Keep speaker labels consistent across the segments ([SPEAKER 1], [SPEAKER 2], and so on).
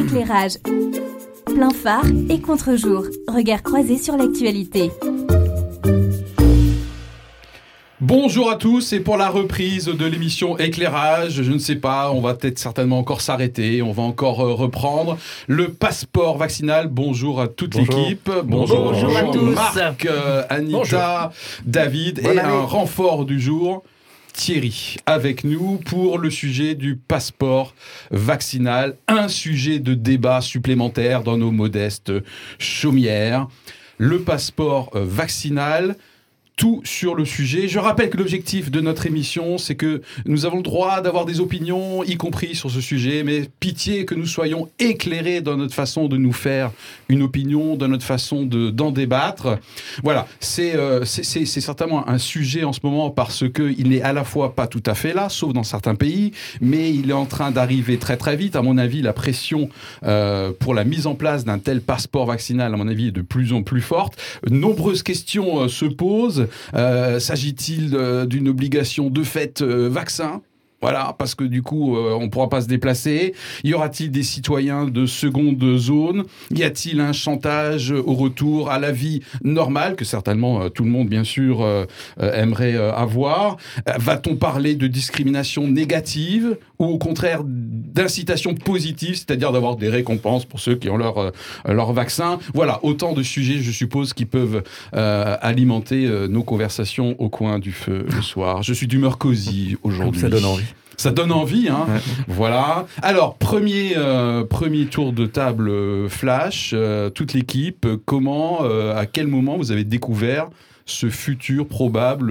[SPEAKER 1] Éclairage. Plein phare et contre-jour. Regard croisé sur l'actualité.
[SPEAKER 2] Bonjour à tous, et pour la reprise de l'émission Éclairage, je ne sais pas, on va peut-être certainement encore s'arrêter, on va encore reprendre le passeport vaccinal. Bonjour à toute l'équipe.
[SPEAKER 3] Bonjour à tous.
[SPEAKER 2] Marc, Anita, David, et un renfort du jour, Thierry, avec nous pour le sujet du passeport vaccinal, un sujet de débat supplémentaire dans nos modestes chaumières. Le passeport vaccinal, tout sur le sujet. Je rappelle que l'objectif de notre émission, c'est que nous avons le droit d'avoir des opinions, y compris sur ce sujet, mais pitié que nous soyons éclairés dans notre façon de nous faire une opinion, dans notre façon d'en débattre. Voilà, c'est certainement un sujet en ce moment parce qu'il n'est à la fois pas tout à fait là, sauf dans certains pays, mais il est en train d'arriver très très vite. À mon avis, la pression pour la mise en place d'un tel passeport vaccinal, à mon avis, est de plus en plus forte. Nombreuses questions se posent. S'agit-il d'une obligation de fait vaccin ? Voilà, parce que du coup, on ne pourra pas se déplacer. Y aura-t-il des citoyens de seconde zone ? Y a-t-il un chantage au retour à la vie normale, que certainement tout le monde, bien sûr, aimerait avoir ? Va-t-on parler de discrimination négative ou au contraire d'incitation positive, c'est-à-dire d'avoir des récompenses pour ceux qui ont leur vaccin ? Voilà, autant de sujets, je suppose, qui peuvent alimenter nos conversations au coin du feu le soir. Je suis d'humeur cosy aujourd'hui.
[SPEAKER 3] Ça donne envie.
[SPEAKER 2] Ça donne envie, hein. Ouais. Voilà. Alors, premier tour de table flash, toute l'équipe, comment, à quel moment vous avez découvert ce futur probable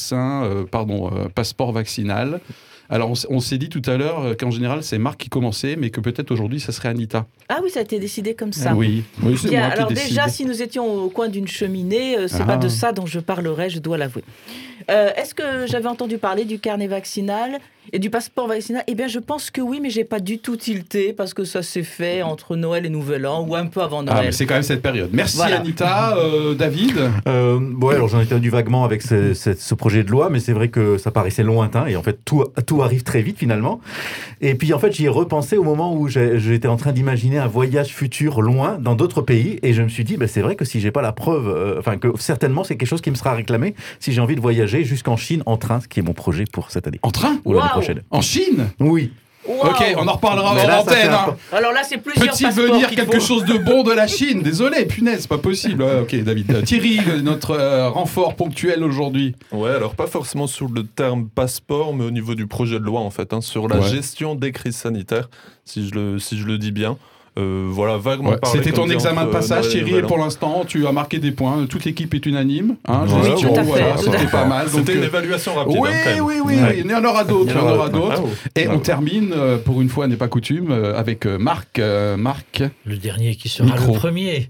[SPEAKER 2] passeport vaccinal ? Alors, on s'est dit tout à l'heure qu'en général, c'est Marc qui commençait, mais que peut-être aujourd'hui, ça serait Anita.
[SPEAKER 4] Ah oui, ça a été décidé comme ça.
[SPEAKER 2] Oui, c'est
[SPEAKER 4] bien,
[SPEAKER 2] moi
[SPEAKER 4] alors
[SPEAKER 2] qui décide.
[SPEAKER 4] Déjà, si nous étions au coin d'une cheminée, c'est pas de ça dont je parlerai, je dois l'avouer. Est-ce que j'avais entendu parler du carnet vaccinal et du passeport vaccinal ? Eh bien, je pense que oui, mais j'ai pas du tout tilté parce que ça s'est fait entre Noël et Nouvel An ou un peu avant Noël.
[SPEAKER 2] Ah, mais c'est quand même cette période. Merci voilà. Anita, David.
[SPEAKER 3] Alors j'en ai entendu vaguement avec ce projet de loi, mais c'est vrai que ça paraissait lointain et en fait tout arrive très vite finalement. Et puis en fait j'y ai repensé au moment où j'étais en train d'imaginer un voyage futur loin dans d'autres pays et je me suis dit c'est vrai que si j'ai pas la preuve, que certainement c'est quelque chose qui me sera réclamé si j'ai envie de voyager jusqu'en Chine en train, ce qui est mon projet pour cette année.
[SPEAKER 2] En train ?
[SPEAKER 3] Ou l'année prochaine.
[SPEAKER 2] En Chine ?
[SPEAKER 3] Oui.
[SPEAKER 2] Wow. Ok, on en reparlera en antenne.
[SPEAKER 4] Alors là, c'est plusieurs
[SPEAKER 2] passeports. Peut-il venir quelque chose de bon de la Chine ? Désolé, punaise, c'est pas possible. Ok, David. Thierry, notre renfort ponctuel aujourd'hui.
[SPEAKER 5] Ouais, alors pas forcément sur le terme passeport, mais au niveau du projet de loi, en fait, sur la gestion des crises sanitaires, si je le dis bien. Voilà, vaguement parlé.
[SPEAKER 2] C'était ton examen de passage, Thierry, et pour l'instant, tu as marqué des points. Toute l'équipe est unanime.
[SPEAKER 4] Oui, tout à fait.
[SPEAKER 2] C'était pas mal.
[SPEAKER 5] C'était une évaluation rapide.
[SPEAKER 2] Oui. Il y en aura d'autres. Et on termine, pour une fois n'est pas coutume, avec Marc. Marc.
[SPEAKER 6] Le dernier qui sera le premier.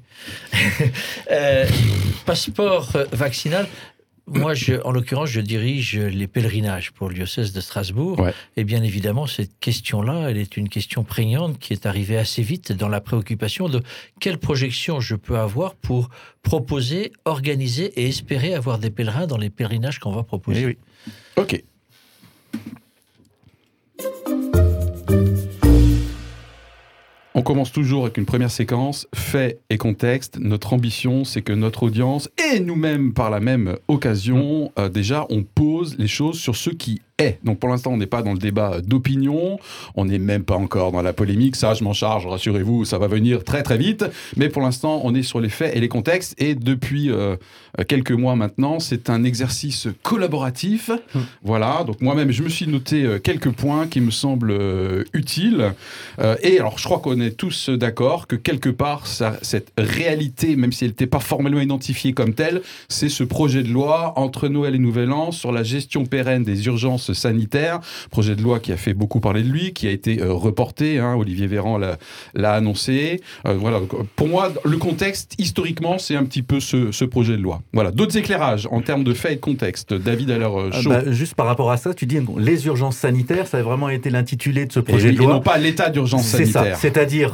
[SPEAKER 6] Passeport vaccinal. Moi, en l'occurrence, je dirige les pèlerinages pour le diocèse de Strasbourg. Ouais. Et bien évidemment, cette question-là, elle est une question prégnante qui est arrivée assez vite dans la préoccupation de quelle projection je peux avoir pour proposer, organiser et espérer avoir des pèlerins dans les pèlerinages qu'on va proposer.
[SPEAKER 2] Oui. Ok. On commence toujours avec une première séquence, faits et contexte. Notre ambition, c'est que notre audience, et nous-mêmes par la même occasion, déjà, on pose les choses sur ce qui est. Donc pour l'instant, on n'est pas dans le débat d'opinion, on n'est même pas encore dans la polémique, ça je m'en charge, rassurez-vous, ça va venir très très vite, mais pour l'instant, on est sur les faits et les contextes, et depuis quelques mois maintenant, c'est un exercice collaboratif. Voilà, donc moi-même, je me suis noté quelques points qui me semblent utiles, et alors je crois qu'on est tous d'accord que quelque part, cette réalité, même si elle n'était pas formellement identifiée comme telle, c'est ce projet de loi entre Noël et Nouvel An sur la gestion pérenne des urgences sanitaire, projet de loi qui a fait beaucoup parler de lui, qui a été reporté, Olivier Véran l'a annoncé. Voilà, pour moi, le contexte, historiquement, c'est un petit peu ce projet de loi. Voilà, d'autres éclairages en termes de faits et de contexte. David a l'air chaud.
[SPEAKER 3] Juste par rapport à ça, tu dis les urgences sanitaires, ça a vraiment été l'intitulé de ce projet de loi.
[SPEAKER 2] Et non pas l'état d'urgence sanitaire.
[SPEAKER 3] C'est ça, c'est-à-dire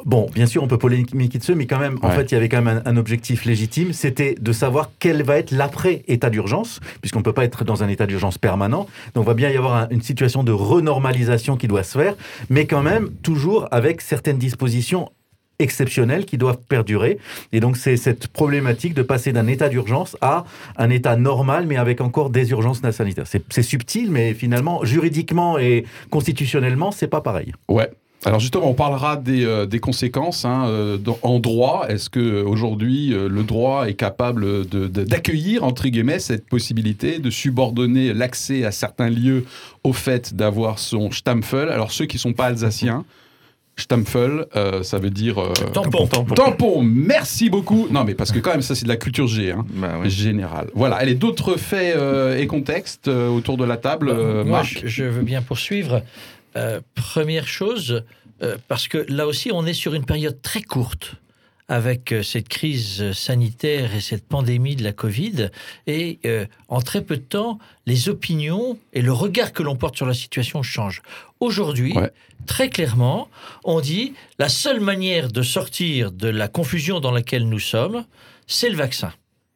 [SPEAKER 3] Bon, bien sûr, on peut polémiquer dessus, mais quand même, en fait, il y avait quand même un objectif légitime, c'était de savoir quel va être l'après-état d'urgence, puisqu'on ne peut pas être dans un état d'urgence permanent. Donc, il va bien y avoir une situation de renormalisation qui doit se faire, mais quand même, toujours avec certaines dispositions exceptionnelles qui doivent perdurer. Et donc, c'est cette problématique de passer d'un état d'urgence à un état normal, mais avec encore des urgences sanitaires. C'est subtil, mais finalement, juridiquement et constitutionnellement, c'est pas pareil.
[SPEAKER 2] Ouais. Alors justement, on parlera des conséquences en droit. Est-ce que aujourd'hui le droit est capable d'accueillir entre guillemets cette possibilité de subordonner l'accès à certains lieux au fait d'avoir son Stampfel? Alors ceux qui sont pas alsaciens, Stampfel, ça veut dire tampon. Merci beaucoup. Non, mais parce que quand même, ça c'est de la culture G, générale. Voilà. Allez, d'autres faits et contextes autour de la table.
[SPEAKER 6] Moi,
[SPEAKER 2] Marc.
[SPEAKER 6] je veux bien poursuivre. Première chose, parce que là aussi, on est sur une période très courte avec cette crise sanitaire et cette pandémie de la Covid. Et en très peu de temps, les opinions et le regard que l'on porte sur la situation changent. Aujourd'hui, très clairement, on dit la seule manière de sortir de la confusion dans laquelle nous sommes, c'est le vaccin.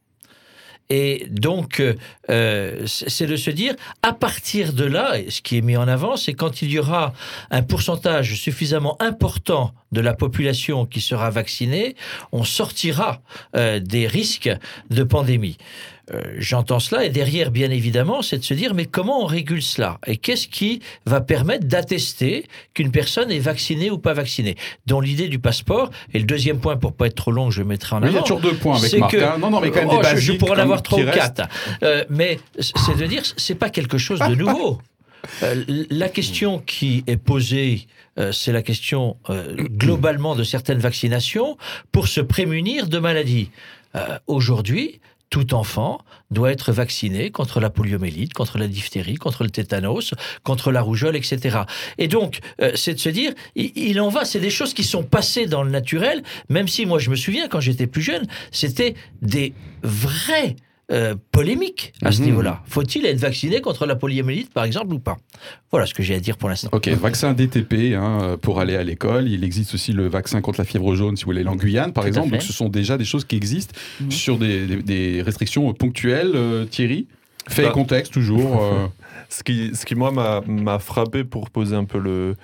[SPEAKER 6] Et donc, c'est de se dire, à partir de là, ce qui est mis en avant, c'est quand il y aura un pourcentage suffisamment important de la population qui sera vaccinée, on sortira des risques de pandémie. J'entends cela, et derrière, bien évidemment, c'est de se dire, mais comment on régule cela? Et qu'est-ce qui va permettre d'attester qu'une personne est vaccinée ou pas vaccinée? Dont l'idée du passeport, et le deuxième point, pour pas être trop long, je mettrai en avant.
[SPEAKER 2] Il y a toujours 2 points avec Marc. Non, mais quand même des basiques.
[SPEAKER 6] Je pourrais en avoir 3 ou 4. Mais c'est de dire, c'est pas quelque chose de nouveau. La question qui est posée, c'est la question globalement de certaines vaccinations pour se prémunir de maladies. Aujourd'hui, tout enfant doit être vacciné contre la poliomyélite, contre la diphtérie, contre le tétanos, contre la rougeole, etc. Et donc, c'est de se dire, il en va, c'est des choses qui sont passées dans le naturel, même si moi je me souviens, quand j'étais plus jeune, c'était des vrais polémiques à ce niveau-là. Faut-il être vacciné contre la poliomyélite, par exemple, ou pas? Voilà ce que j'ai à dire pour l'instant.
[SPEAKER 2] Ok, vaccin DTP pour aller à l'école. Il existe aussi le vaccin contre la fièvre jaune, si vous voulez, en Guyane, par exemple. Donc, ce sont déjà des choses qui existent sur des restrictions ponctuelles. Thierry, fait et contexte, toujours.
[SPEAKER 5] Ce qui moi, m'a frappé pour poser un peu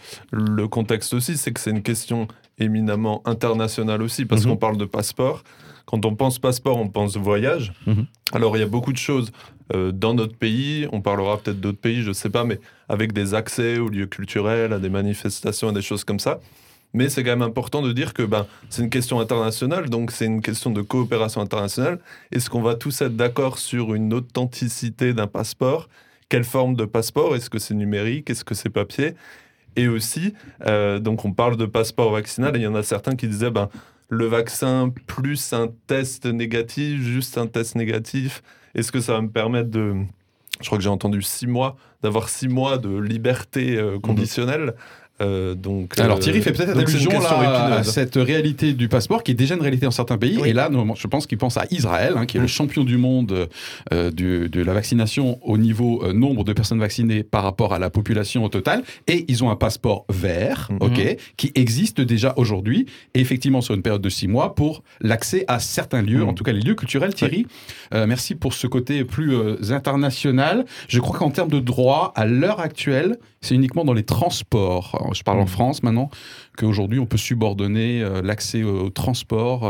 [SPEAKER 5] le contexte aussi, c'est que c'est une question éminemment internationale aussi, parce qu'on parle de passeport. Quand on pense passeport, on pense voyage. Alors, il y a beaucoup de choses dans notre pays. On parlera peut-être d'autres pays, je ne sais pas, mais avec des accès aux lieux culturels, à des manifestations, à des choses comme ça. Mais c'est quand même important de dire que c'est une question internationale, donc c'est une question de coopération internationale. Est-ce qu'on va tous être d'accord sur une authenticité d'un passeport? Quelle forme de passeport? Est-ce que c'est numérique? Est-ce que c'est papier? Et aussi, donc on parle de passeport vaccinal, et il y en a certains qui disaient... le vaccin plus un test négatif, juste un test négatif, est-ce que ça va me permettre de... Je crois que j'ai entendu 6 mois, d'avoir 6 mois de liberté conditionnelle.
[SPEAKER 2] Alors Thierry fait peut-être allusion à cette réalité du passeport qui est déjà une réalité dans certains pays. Et là, je pense qu'il pense à Israël, qui est le champion du monde de la vaccination au niveau nombre de personnes vaccinées par rapport à la population au total. Et ils ont un passeport vert, qui existe déjà aujourd'hui, et effectivement sur une période de 6 mois pour l'accès à certains lieux, en tout cas les lieux culturels. Thierry, merci pour ce côté plus international. Je crois qu'en termes de droit, à l'heure actuelle, c'est uniquement dans les transports. Je parle en France maintenant, qu'aujourd'hui on peut subordonner l'accès au transport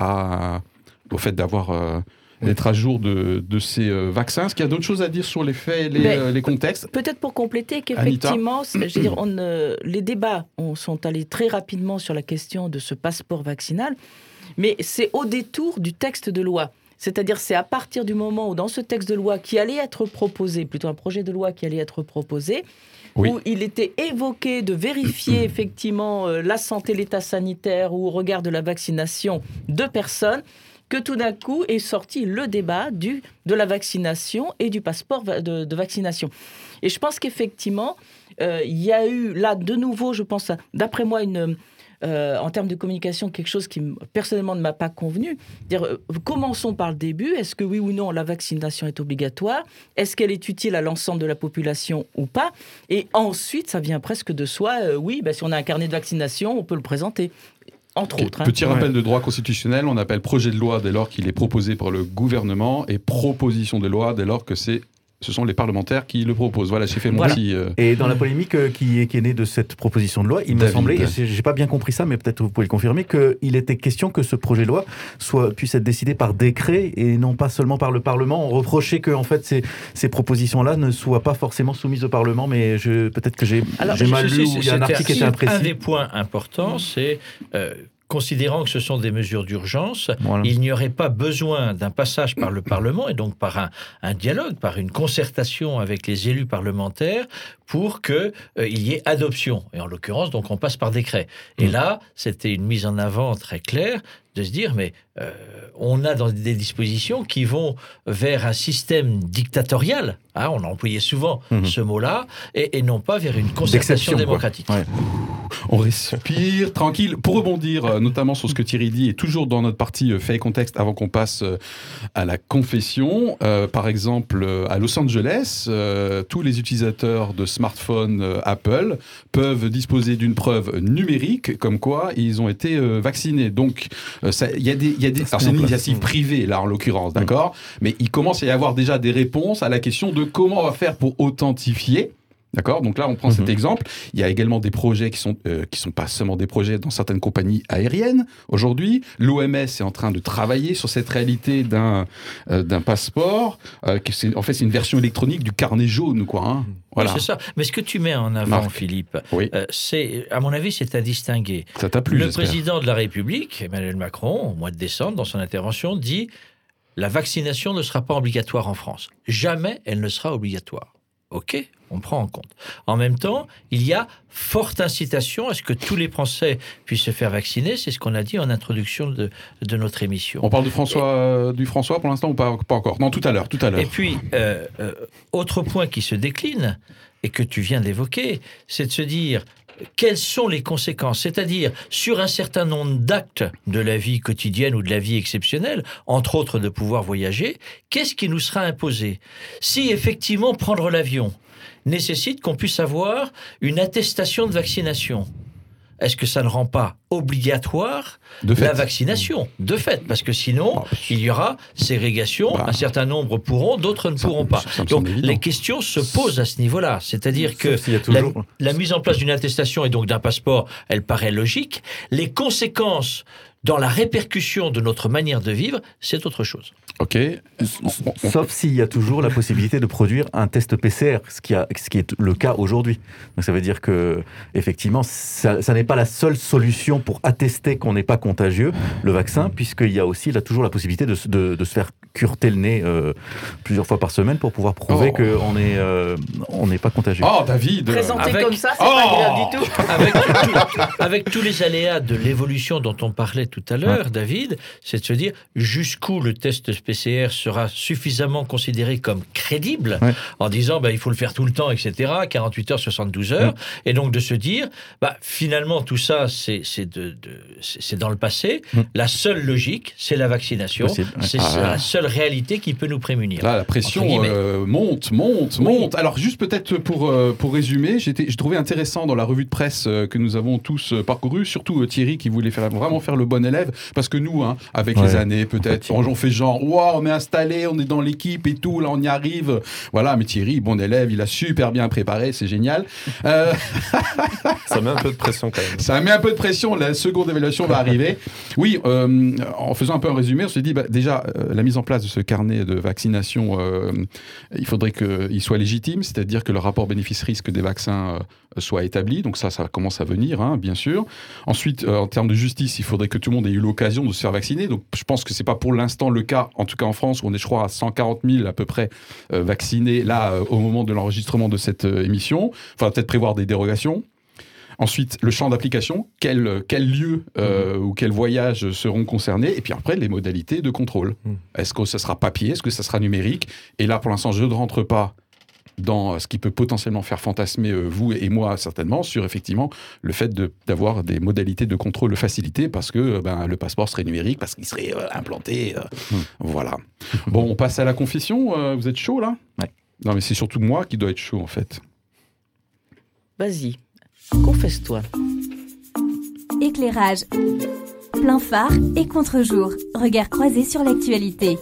[SPEAKER 2] au fait d'être à jour de ces vaccins. Est-ce qu'il y a d'autres choses à dire sur les faits et les contextes?
[SPEAKER 4] Peut-être pour compléter qu'effectivement, je veux dire, les débats sont allés très rapidement sur la question de ce passeport vaccinal, mais c'est au détour du texte de loi. C'est-à-dire, c'est à partir du moment où dans ce texte de loi qui allait être proposé, plutôt un projet de loi qui allait être proposé, où il était évoqué de vérifier effectivement la santé, l'état sanitaire ou au regard de la vaccination de personnes, que tout d'un coup est sorti le débat de la vaccination et du passeport de vaccination. Et je pense qu'effectivement, il y a eu là de nouveau, je pense, d'après moi, en termes de communication, quelque chose qui personnellement ne m'a pas convenu. Commençons par le début. Est-ce que oui ou non la vaccination est obligatoire? Est-ce qu'elle est utile à l'ensemble de la population ou pas? Et ensuite, ça vient presque de soi. Si on a un carnet de vaccination, on peut le présenter. Entre autres.
[SPEAKER 2] Petit rappel de droit constitutionnel, on appelle projet de loi dès lors qu'il est proposé par le gouvernement et proposition de loi dès lors que ce sont les parlementaires qui le proposent. Voilà, j'ai fait mon petit...
[SPEAKER 3] Et dans la polémique qui est née de cette proposition de loi, il me semblait, et j'ai pas bien compris ça, mais peut-être vous pouvez le confirmer, qu'il était question que ce projet de loi puisse être décidé par décret et non pas seulement par le Parlement. On reprochait que en fait, ces propositions-là ne soient pas forcément soumises au Parlement, mais peut-être que j'ai mal lu ou il y a un article qui était imprécis.
[SPEAKER 6] Un des points importants, c'est... considérant que ce sont des mesures d'urgence,
[SPEAKER 3] voilà.
[SPEAKER 6] Il n'y aurait pas besoin d'un passage par le Parlement et donc par un dialogue, par une concertation avec les élus parlementaires pour qu'il y ait adoption. Et en l'occurrence, donc, on passe par décret. Et là, c'était une mise en avant très claire de se dire, mais on a dans des dispositions qui vont vers un système dictatorial, hein, on a employé souvent ce mot-là, et non pas vers une concertation démocratique.
[SPEAKER 3] Ouais.
[SPEAKER 2] On respire, tranquille. Pour rebondir notamment sur ce que Thierry dit, et toujours dans notre partie fait et contexte, avant qu'on passe à la confession, par exemple, à Los Angeles, tous les utilisateurs de smartphones Apple peuvent disposer d'une preuve numérique comme quoi ils ont été vaccinés. Donc, il y a des alors c'est une initiative privée, là, en l'occurrence, d'accord ? Mais il commence à y avoir déjà des réponses à la question de comment on va faire pour authentifier. D'accord ? Donc là, on prend cet exemple. Il y a également des projets qui sont pas seulement des projets dans certaines compagnies aériennes. Aujourd'hui, l'OMS est en train de travailler sur cette réalité d'un passeport. C'est une version électronique du carnet jaune, quoi. Hein. Voilà.
[SPEAKER 6] Oui, c'est ça. Mais ce que tu mets en avant, Philippe, c'est, à mon avis, c'est à distinguer.
[SPEAKER 2] Ça t'a plu,
[SPEAKER 6] Le président de la République, Emmanuel Macron, au mois de décembre, dans son intervention, dit « La vaccination ne sera pas obligatoire en France. Jamais elle ne sera obligatoire. » Ok, on prend en compte. En même temps, il y a forte incitation à ce que tous les Français puissent se faire vacciner. C'est ce qu'on a dit en introduction de notre émission.
[SPEAKER 2] On parle du François pour l'instant ou pas encore ? Non, tout à l'heure.
[SPEAKER 6] Et puis, autre point qui se décline et que tu viens d'évoquer, c'est de se dire... Quelles sont les conséquences ? C'est-à-dire, sur un certain nombre d'actes de la vie quotidienne ou de la vie exceptionnelle, entre autres de pouvoir voyager, qu'est-ce qui nous sera imposé ? Si effectivement prendre l'avion nécessite qu'on puisse avoir une attestation de vaccination, est-ce que ça ne rend pas obligatoire la vaccination ? De fait, parce que sinon, il y aura ségrégation, un certain nombre pourront, d'autres ne pourront pas. Donc, les questions se posent à ce niveau-là. C'est-à-dire que la mise en place d'une attestation et donc d'un passeport, elle paraît logique. Les conséquences dans la répercussion de notre manière de vivre, c'est autre chose.
[SPEAKER 2] Ok.
[SPEAKER 3] Sauf s'il y a toujours la possibilité de produire un test PCR, ce qui est le cas aujourd'hui. Donc ça veut dire que effectivement, ça n'est pas la seule solution pour attester qu'on n'est pas contagieux, le vaccin, puisqu'il y a aussi toujours la possibilité de se faire cureter le nez plusieurs fois par semaine pour pouvoir prouver qu'on n'est pas contagieux.
[SPEAKER 2] Oh, David
[SPEAKER 4] Présenté comme ça, c'est pas grave du tout.
[SPEAKER 6] Avec tous les aléas de l'évolution dont on parlait tout à l'heure, David, c'est de se dire jusqu'où le test PCR sera suffisamment considéré comme crédible en disant il faut le faire tout le temps, etc., 48 heures, 72 heures, et donc de se dire finalement tout ça c'est dans le passé, la seule logique c'est la vaccination, c'est la seule réalité qui peut nous prémunir.
[SPEAKER 2] Là la pression monte. Alors juste peut-être pour résumer, j'ai trouvé intéressant dans la revue de presse que nous avons tous parcouru, surtout Thierry qui voulait vraiment faire le bon élève, parce que nous, avec les années, peut-être, on fait genre, on est installé, on est dans l'équipe et tout, là, on y arrive. Voilà, mais Thierry, bon élève, il a super bien préparé, c'est génial.
[SPEAKER 5] Ça met un peu de pression quand même.
[SPEAKER 2] Ça met un peu de pression, la seconde évaluation va arriver. Oui, en faisant un peu un résumé, on se dit, déjà, la mise en place de ce carnet de vaccination, il faudrait qu'il soit légitime, c'est-à-dire que le rapport bénéfice-risque des vaccins soit établi, donc ça commence à venir, bien sûr. Ensuite, en termes de justice, il faudrait que tout le monde ait eu l'occasion de se faire vacciner, donc je pense que c'est pas pour l'instant le cas, en tout cas en France, où on est, je crois, à 140 000 à peu près vaccinés, là, au moment de l'enregistrement de cette émission. Il faudra peut-être prévoir des dérogations. Ensuite, le champ d'application, quel lieu ou quels voyages seront concernés, et puis après, les modalités de contrôle. Est-ce que ça sera papier, est-ce que ça sera numérique ? Et là, pour l'instant, je ne rentre pas dans ce qui peut potentiellement faire fantasmer vous et moi certainement sur effectivement le fait d'avoir des modalités de contrôle facilitées parce que le passeport serait numérique, parce qu'il serait implanté. Voilà. Bon, on passe à la confession. Vous êtes chaud là ?
[SPEAKER 3] Ouais.
[SPEAKER 2] Non, mais c'est surtout moi qui dois être chaud en fait.
[SPEAKER 4] Vas-y, confesse-toi.
[SPEAKER 1] Éclairage. Plein phare et contre-jour. Regard croisé sur l'actualité.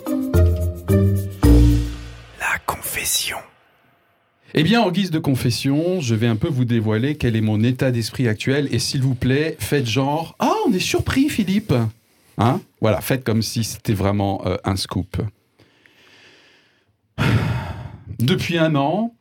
[SPEAKER 7] La confession.
[SPEAKER 2] Eh bien, en guise de confession, je vais un peu vous dévoiler quel est mon état d'esprit actuel. Et s'il vous plaît, faites genre « Ah, on est surpris, Philippe !» Hein ? Voilà, faites comme si c'était vraiment un scoop. Depuis un an,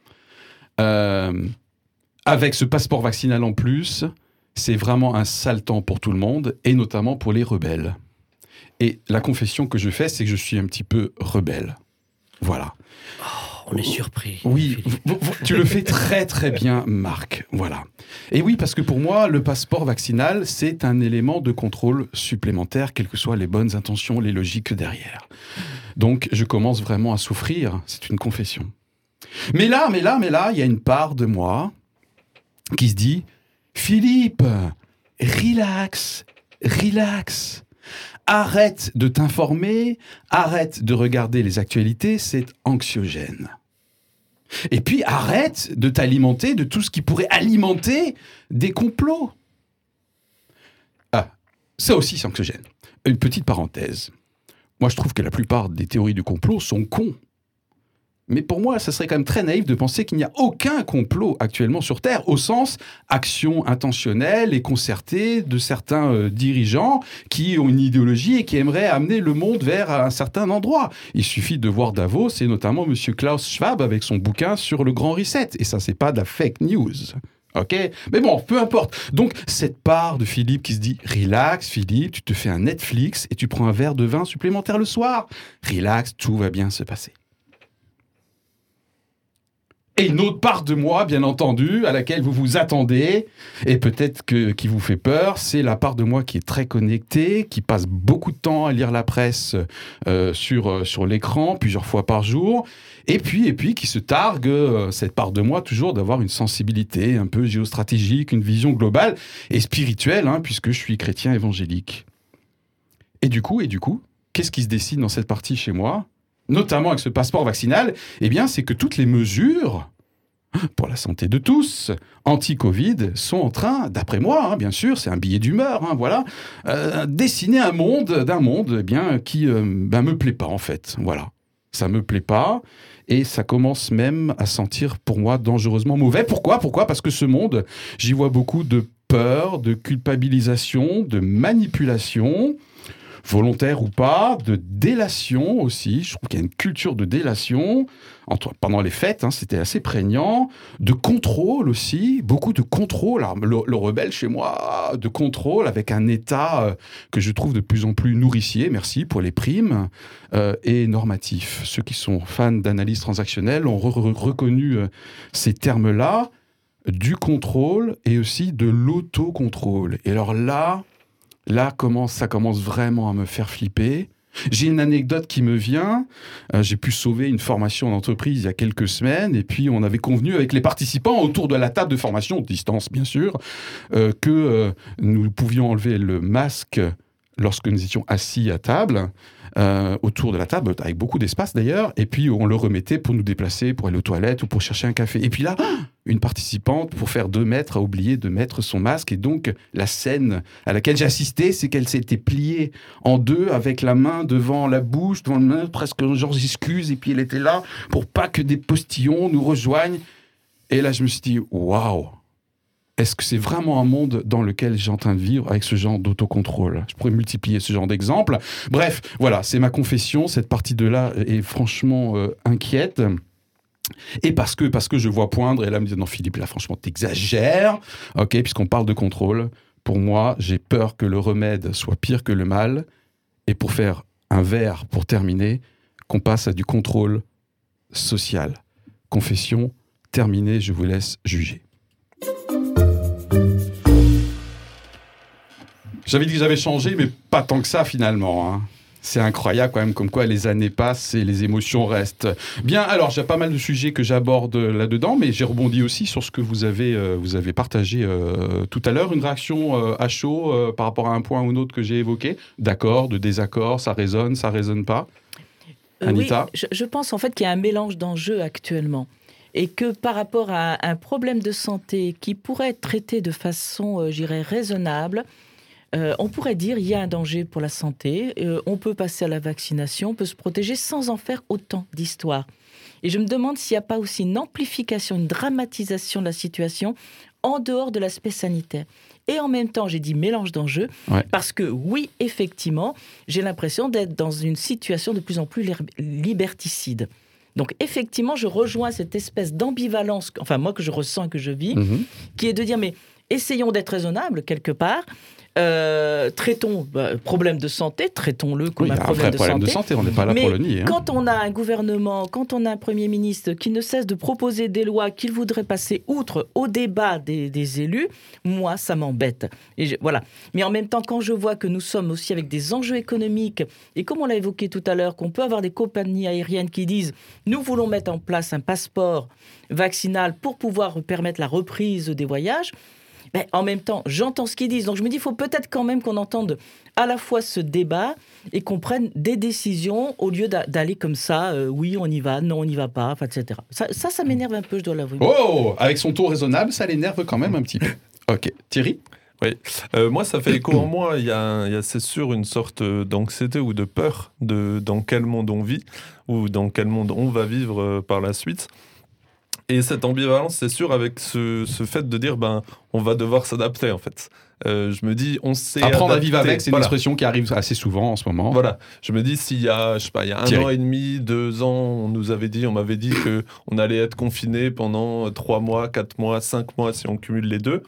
[SPEAKER 2] avec ce passeport vaccinal en plus, c'est vraiment un sale temps pour tout le monde, et notamment pour les rebelles. Et la confession que je fais, c'est que je suis un petit peu rebelle. Voilà.
[SPEAKER 6] On est surpris.
[SPEAKER 2] Oui, tu le fais très très bien, Marc. Voilà. Et oui, parce que pour moi, le passeport vaccinal, c'est un élément de contrôle supplémentaire, quelles que soient les bonnes intentions, les logiques derrière. Donc, je commence vraiment à souffrir. C'est une confession. Mais là, il y a une part de moi qui se dit « Philippe, relax. Arrête de t'informer, arrête de regarder les actualités, c'est anxiogène. Et puis arrête de t'alimenter de tout ce qui pourrait alimenter des complots. » Ah, ça aussi c'est anxiogène. Une petite parenthèse. Moi je trouve que la plupart des théories du complot sont cons. Mais pour moi, ça serait quand même très naïf de penser qu'il n'y a aucun complot actuellement sur Terre, au sens action intentionnelle et concertée de certains dirigeants qui ont une idéologie et qui aimeraient amener le monde vers un certain endroit. Il suffit de voir Davos et notamment M. Klaus Schwab avec son bouquin sur le Grand Reset. Et ça, c'est pas de la fake news. Ok ? Mais bon, peu importe. Donc, cette part de Philippe qui se dit « Relax, Philippe, tu te fais un Netflix et tu prends un verre de vin supplémentaire le soir. Relax, tout va bien se passer. » Et une autre part de moi, bien entendu, à laquelle vous vous attendez, et peut-être qui vous fait peur, c'est la part de moi qui est très connectée, qui passe beaucoup de temps à lire la presse sur l'écran, plusieurs fois par jour, et puis qui se targue, cette part de moi, toujours d'avoir une sensibilité un peu géostratégique, une vision globale et spirituelle, puisque je suis chrétien évangélique. Et du coup, qu'est-ce qui se dessine dans cette partie chez moi ? Notamment avec ce passeport vaccinal, eh bien, c'est que toutes les mesures pour la santé de tous, anti-Covid, sont en train, d'après moi, bien sûr, c'est un billet d'humeur, voilà, dessiner un monde eh bien, qui me plaît pas, en fait. Voilà. Ça me plaît pas, et ça commence même à sentir, pour moi, dangereusement mauvais. Pourquoi ? Parce que ce monde, j'y vois beaucoup de peur, de culpabilisation, de manipulation, volontaire ou pas, de délation aussi. Je trouve qu'il y a une culture de délation. Pendant les fêtes, c'était assez prégnant. De contrôle aussi, beaucoup de contrôle. Alors, le rebelle chez moi, de contrôle avec un État que je trouve de plus en plus nourricier, merci pour les primes, et normatif. Ceux qui sont fans d'analyse transactionnelle ont reconnu ces termes-là, du contrôle et aussi de l'autocontrôle. Et alors là, ça commence vraiment à me faire flipper. J'ai une anecdote qui me vient. J'ai pu sauver une formation d'entreprise il y a quelques semaines, et puis on avait convenu avec les participants autour de la table de formation, distance bien sûr, que nous pouvions enlever le masque lorsque nous étions assis à table, autour de la table, avec beaucoup d'espace d'ailleurs, et puis on le remettait pour nous déplacer, pour aller aux toilettes ou pour chercher un café. Et puis là, une participante, pour faire 2 mètres, a oublié de mettre son masque, et donc la scène à laquelle j'ai assisté, c'est qu'elle s'était pliée en 2 avec la main devant la bouche, devant le main, presque genre j'excuse, et puis elle était là pour pas que des postillons nous rejoignent. Et là, je me suis dit, waouh! Est-ce que c'est vraiment un monde dans lequel j'ai en train de vivre avec ce genre d'autocontrôle ? Je pourrais multiplier ce genre d'exemples. Bref, voilà, c'est ma confession. Cette partie de là est franchement inquiète. Et parce que je vois poindre, et là, me dit non, Philippe, là, franchement, t'exagères. Ok, puisqu'on parle de contrôle. Pour moi, j'ai peur que le remède soit pire que le mal. Et pour faire un vers, pour terminer, qu'on passe à du contrôle social. Confession terminée, je vous laisse juger. J'avais dit que j'avais changé, mais pas tant que ça finalement. C'est incroyable quand même, comme quoi les années passent et les émotions restent. Bien, alors j'ai pas mal de sujets que j'aborde là-dedans, mais j'ai rebondi aussi sur ce que vous avez partagé tout à l'heure. Une réaction à chaud par rapport à un point ou un autre que j'ai évoqué. D'accord, de désaccord, ça résonne pas. Anita ?
[SPEAKER 4] Oui, je pense en fait qu'il y a un mélange d'enjeux actuellement. Et que par rapport à un problème de santé qui pourrait être traité de façon, raisonnable, on pourrait dire il y a un danger pour la santé, on peut passer à la vaccination, on peut se protéger sans en faire autant d'histoire. Et je me demande s'il n'y a pas aussi une amplification, une dramatisation de la situation en dehors de l'aspect sanitaire. Et en même temps, j'ai dit mélange d'enjeux, parce que oui, effectivement, j'ai l'impression d'être dans une situation de plus en plus liberticide. Donc effectivement, je rejoins cette espèce d'ambivalence, enfin moi que je ressens et que je vis, qui est de dire mais essayons d'être raisonnables quelque part. Traitons problème de santé, traitons-le comme un problème de santé.
[SPEAKER 2] On n'est pas là pour le nier.
[SPEAKER 4] Quand on a un gouvernement, quand on a un Premier ministre qui ne cesse de proposer des lois qu'il voudrait passer outre au débat des élus, moi, ça m'embête. Voilà. Mais en même temps, quand je vois que nous sommes aussi avec des enjeux économiques, et comme on l'a évoqué tout à l'heure, qu'on peut avoir des compagnies aériennes qui disent « nous voulons mettre en place un passeport vaccinal pour pouvoir permettre la reprise des voyages », ben, en même temps, j'entends ce qu'ils disent. Donc je me dis, il faut peut-être quand même qu'on entende à la fois ce débat et qu'on prenne des décisions au lieu d'aller comme ça, oui, on y va, non, on n'y va pas, etc. Ça m'énerve un peu, je dois l'avouer.
[SPEAKER 2] Oh, avec son ton raisonnable, ça l'énerve quand même un petit peu. Ok. Thierry ?
[SPEAKER 5] Oui, moi ça fait écho en moi, il y a c'est sûr une sorte d'anxiété ou de peur dans quel monde on vit ou dans quel monde on va vivre par la suite. Et cette ambivalence, c'est sûr, avec ce fait de dire, on va devoir s'adapter, en fait. Je me dis, on sait
[SPEAKER 2] apprendre à vivre avec, c'est une expression qui arrive assez souvent en ce moment.
[SPEAKER 5] Voilà. Je me dis, s'il y a, il y a 1 an et demi, 2 ans, on m'avait dit qu'on allait être confiné pendant 3 mois, 4 mois, 5 mois, si on cumule les deux.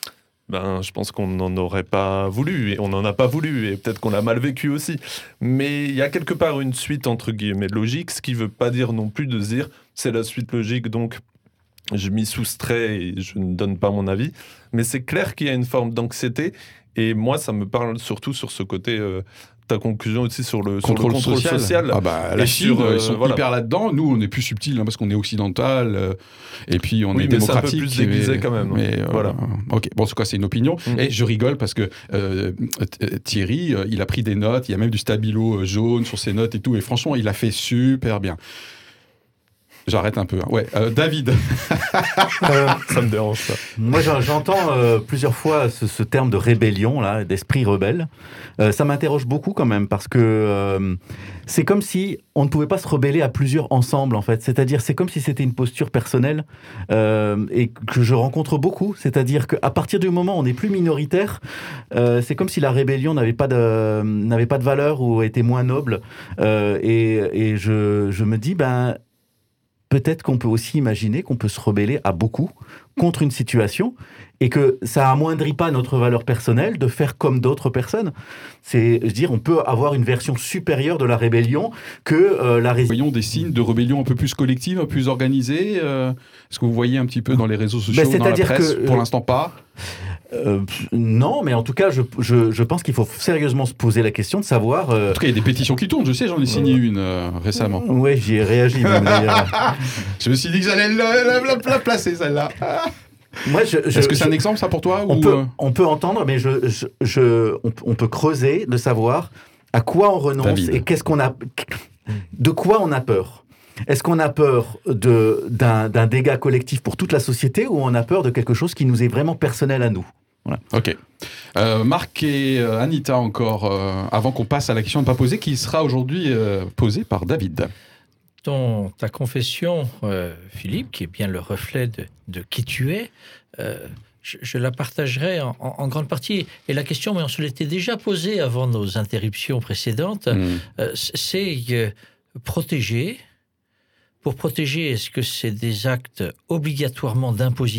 [SPEAKER 5] Je pense qu'on n'en aurait pas voulu, et on n'en a pas voulu, et peut-être qu'on l'a mal vécu aussi. Mais il y a quelque part une suite, entre guillemets, logique, ce qui ne veut pas dire non plus de se dire, c'est la suite logique, donc je m'y soustrais et je ne donne pas mon avis. Mais c'est clair qu'il y a une forme d'anxiété, et moi, ça me parle surtout sur ce côté... ta conclusion aussi sur le contrôle social.
[SPEAKER 2] La Chine, ils sont hyper là-dedans. Nous, on est plus subtil parce qu'on est occidental et puis on est démocratique.
[SPEAKER 5] C'est un peu plus déguisé quand même.
[SPEAKER 2] Mais voilà. Ok. Bon, en tout cas, c'est une opinion. Et je rigole parce que Thierry, il a pris des notes. Il y a même du stabilo jaune sur ses notes et tout. Et franchement, il a fait super bien. J'arrête un peu. Ouais, David.
[SPEAKER 5] Ça me dérange ça.
[SPEAKER 3] Moi, j'entends plusieurs fois ce terme de rébellion, là, d'esprit rebelle. Ça m'interroge beaucoup quand même parce que c'est comme si on ne pouvait pas se rebeller à plusieurs ensemble, en fait. C'est-à-dire, c'est comme si c'était une posture personnelle et que je rencontre beaucoup. C'est-à-dire qu'à partir du moment où on n'est plus minoritaire, c'est comme si la rébellion n'avait pas de valeur ou était moins noble. Et je me dis, peut-être qu'on peut aussi imaginer qu'on peut se rebeller à beaucoup contre une situation et que ça amoindrit pas notre valeur personnelle de faire comme d'autres personnes. On peut avoir une version supérieure de la rébellion que la résistance.
[SPEAKER 2] Voyons des signes de rébellion un peu plus collective, un peu plus organisée. Est-ce que vous voyez un petit peu dans les réseaux sociaux, dans la presse? Pour l'instant, pas.
[SPEAKER 3] Non, mais en tout cas, je pense qu'il faut sérieusement se poser la question de savoir...
[SPEAKER 2] En tout cas, il y a des pétitions qui tournent, je sais, j'en ai signé une récemment.
[SPEAKER 3] Oui, j'y ai réagi.
[SPEAKER 2] Je me suis dit que j'allais la placer, celle-là. Est-ce que c'est un exemple, ça, pour toi
[SPEAKER 3] on peut entendre, mais on peut creuser de savoir à quoi on renonce, David. Et de quoi on a peur. Est-ce qu'on a peur d'un dégât collectif pour toute la société ou on a peur de quelque chose qui nous est vraiment personnel à nous?
[SPEAKER 2] Voilà. Ok. Marc et Anita encore, avant qu'on passe à la question à ne pas poser, qui sera aujourd'hui posée par David.
[SPEAKER 6] Dans ta confession, Philippe, qui est bien le reflet de qui tu es, je la partagerai en grande partie. Et la question, mais on se l'était déjà posée avant nos interruptions précédentes, c'est protéger. Pour protéger, est-ce que c'est des actes obligatoirement d'imposition ?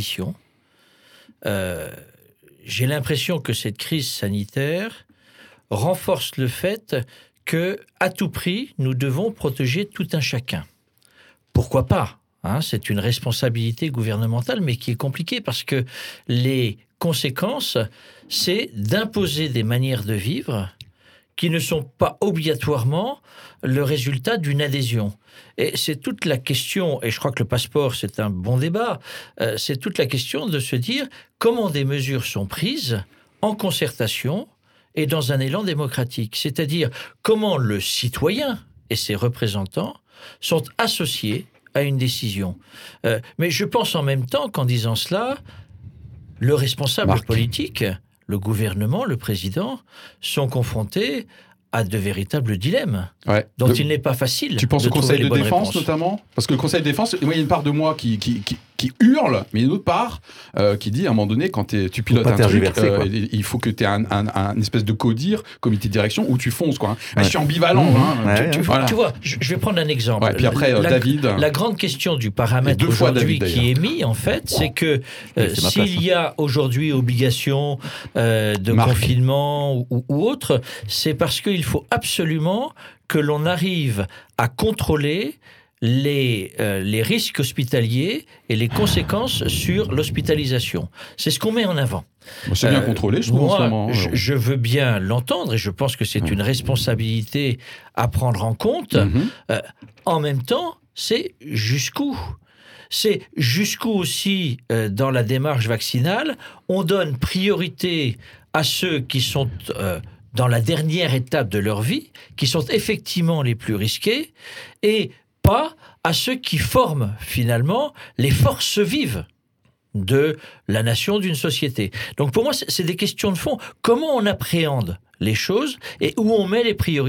[SPEAKER 6] J'ai l'impression que cette crise sanitaire renforce le fait que, à tout prix, nous devons protéger tout un chacun. Pourquoi pas ? C'est une responsabilité gouvernementale, mais qui est compliquée parce que les conséquences, c'est d'imposer des manières de vivre qui ne sont pas obligatoirement le résultat d'une adhésion. Et c'est toute la question, et je crois que le passeport, c'est un bon débat, c'est toute la question de se dire comment des mesures sont prises en concertation et dans un élan démocratique. C'est-à-dire comment le citoyen et ses représentants sont associés à une décision. Mais je pense en même temps qu'en disant cela, le responsable politique, le gouvernement, le président, sont confrontés à de véritables dilemmes dont il n'est pas facile.
[SPEAKER 2] Tu penses au Conseil de défense notamment ? Parce que le Conseil de défense, il y a une part de moi qui hurle, mais il y a une autre part qui dit à un moment donné, quand tu pilotes un truc, il faut que tu aies un espèce de codir, comité de direction, où tu fonces. Quoi. Je suis ambivalent.
[SPEAKER 6] Tu vois, je vais prendre un exemple.
[SPEAKER 2] Puis après, David...
[SPEAKER 6] La grande question du paramètre aujourd'hui qui est mis, en fait, c'est que s'il y a aujourd'hui obligation de confinement ou autre, c'est parce qu'il faut absolument que l'on arrive à contrôler les risques hospitaliers et les conséquences sur l'hospitalisation. C'est ce qu'on met en avant.
[SPEAKER 2] C'est bien contrôlé, je trouve, en ce moment.
[SPEAKER 6] Je veux bien l'entendre et je pense que c'est une responsabilité à prendre en compte. En même temps, c'est jusqu'où ? C'est jusqu'où aussi, dans la démarche vaccinale, on donne priorité à ceux qui sont... dans la dernière étape de leur vie, qui sont effectivement les plus risqués, et pas à ceux qui forment finalement les forces vives de la nation, d'une société. Donc pour moi, c'est des questions de fond. Comment on appréhende les choses et où on met les priorités ?